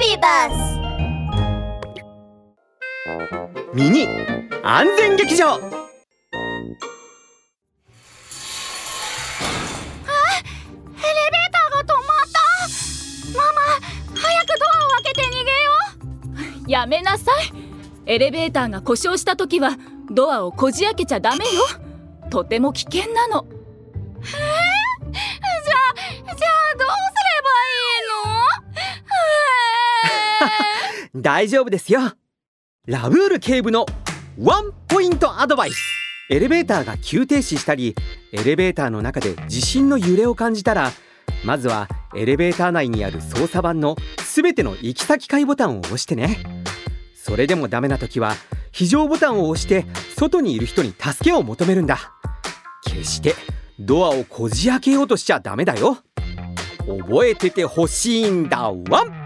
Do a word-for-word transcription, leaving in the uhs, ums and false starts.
ビバスミニ安全劇場。 あ、エレベーターが止まった。ママ、早くドアを開けて逃げよう。やめなさい。エレベーターが故障した時はドアをこじ開けちゃダメよ。とても危険なの。 えー、じゃあ、じゃあどうすればいいの？ 大丈夫ですよ。ラブール警部のワンポイントアドバイス。エレベーターが急停止したり、エレベーターの中で地震の揺れを感じたら、まずはエレベーター内にある操作盤のすべての行き先階ボタンを押してね。それでもダメな時は非常ボタンを押して外にいる人に助けを求めるんだ。決してドアをこじ開けようとしちゃダメだよ。覚えててほしいんだワン。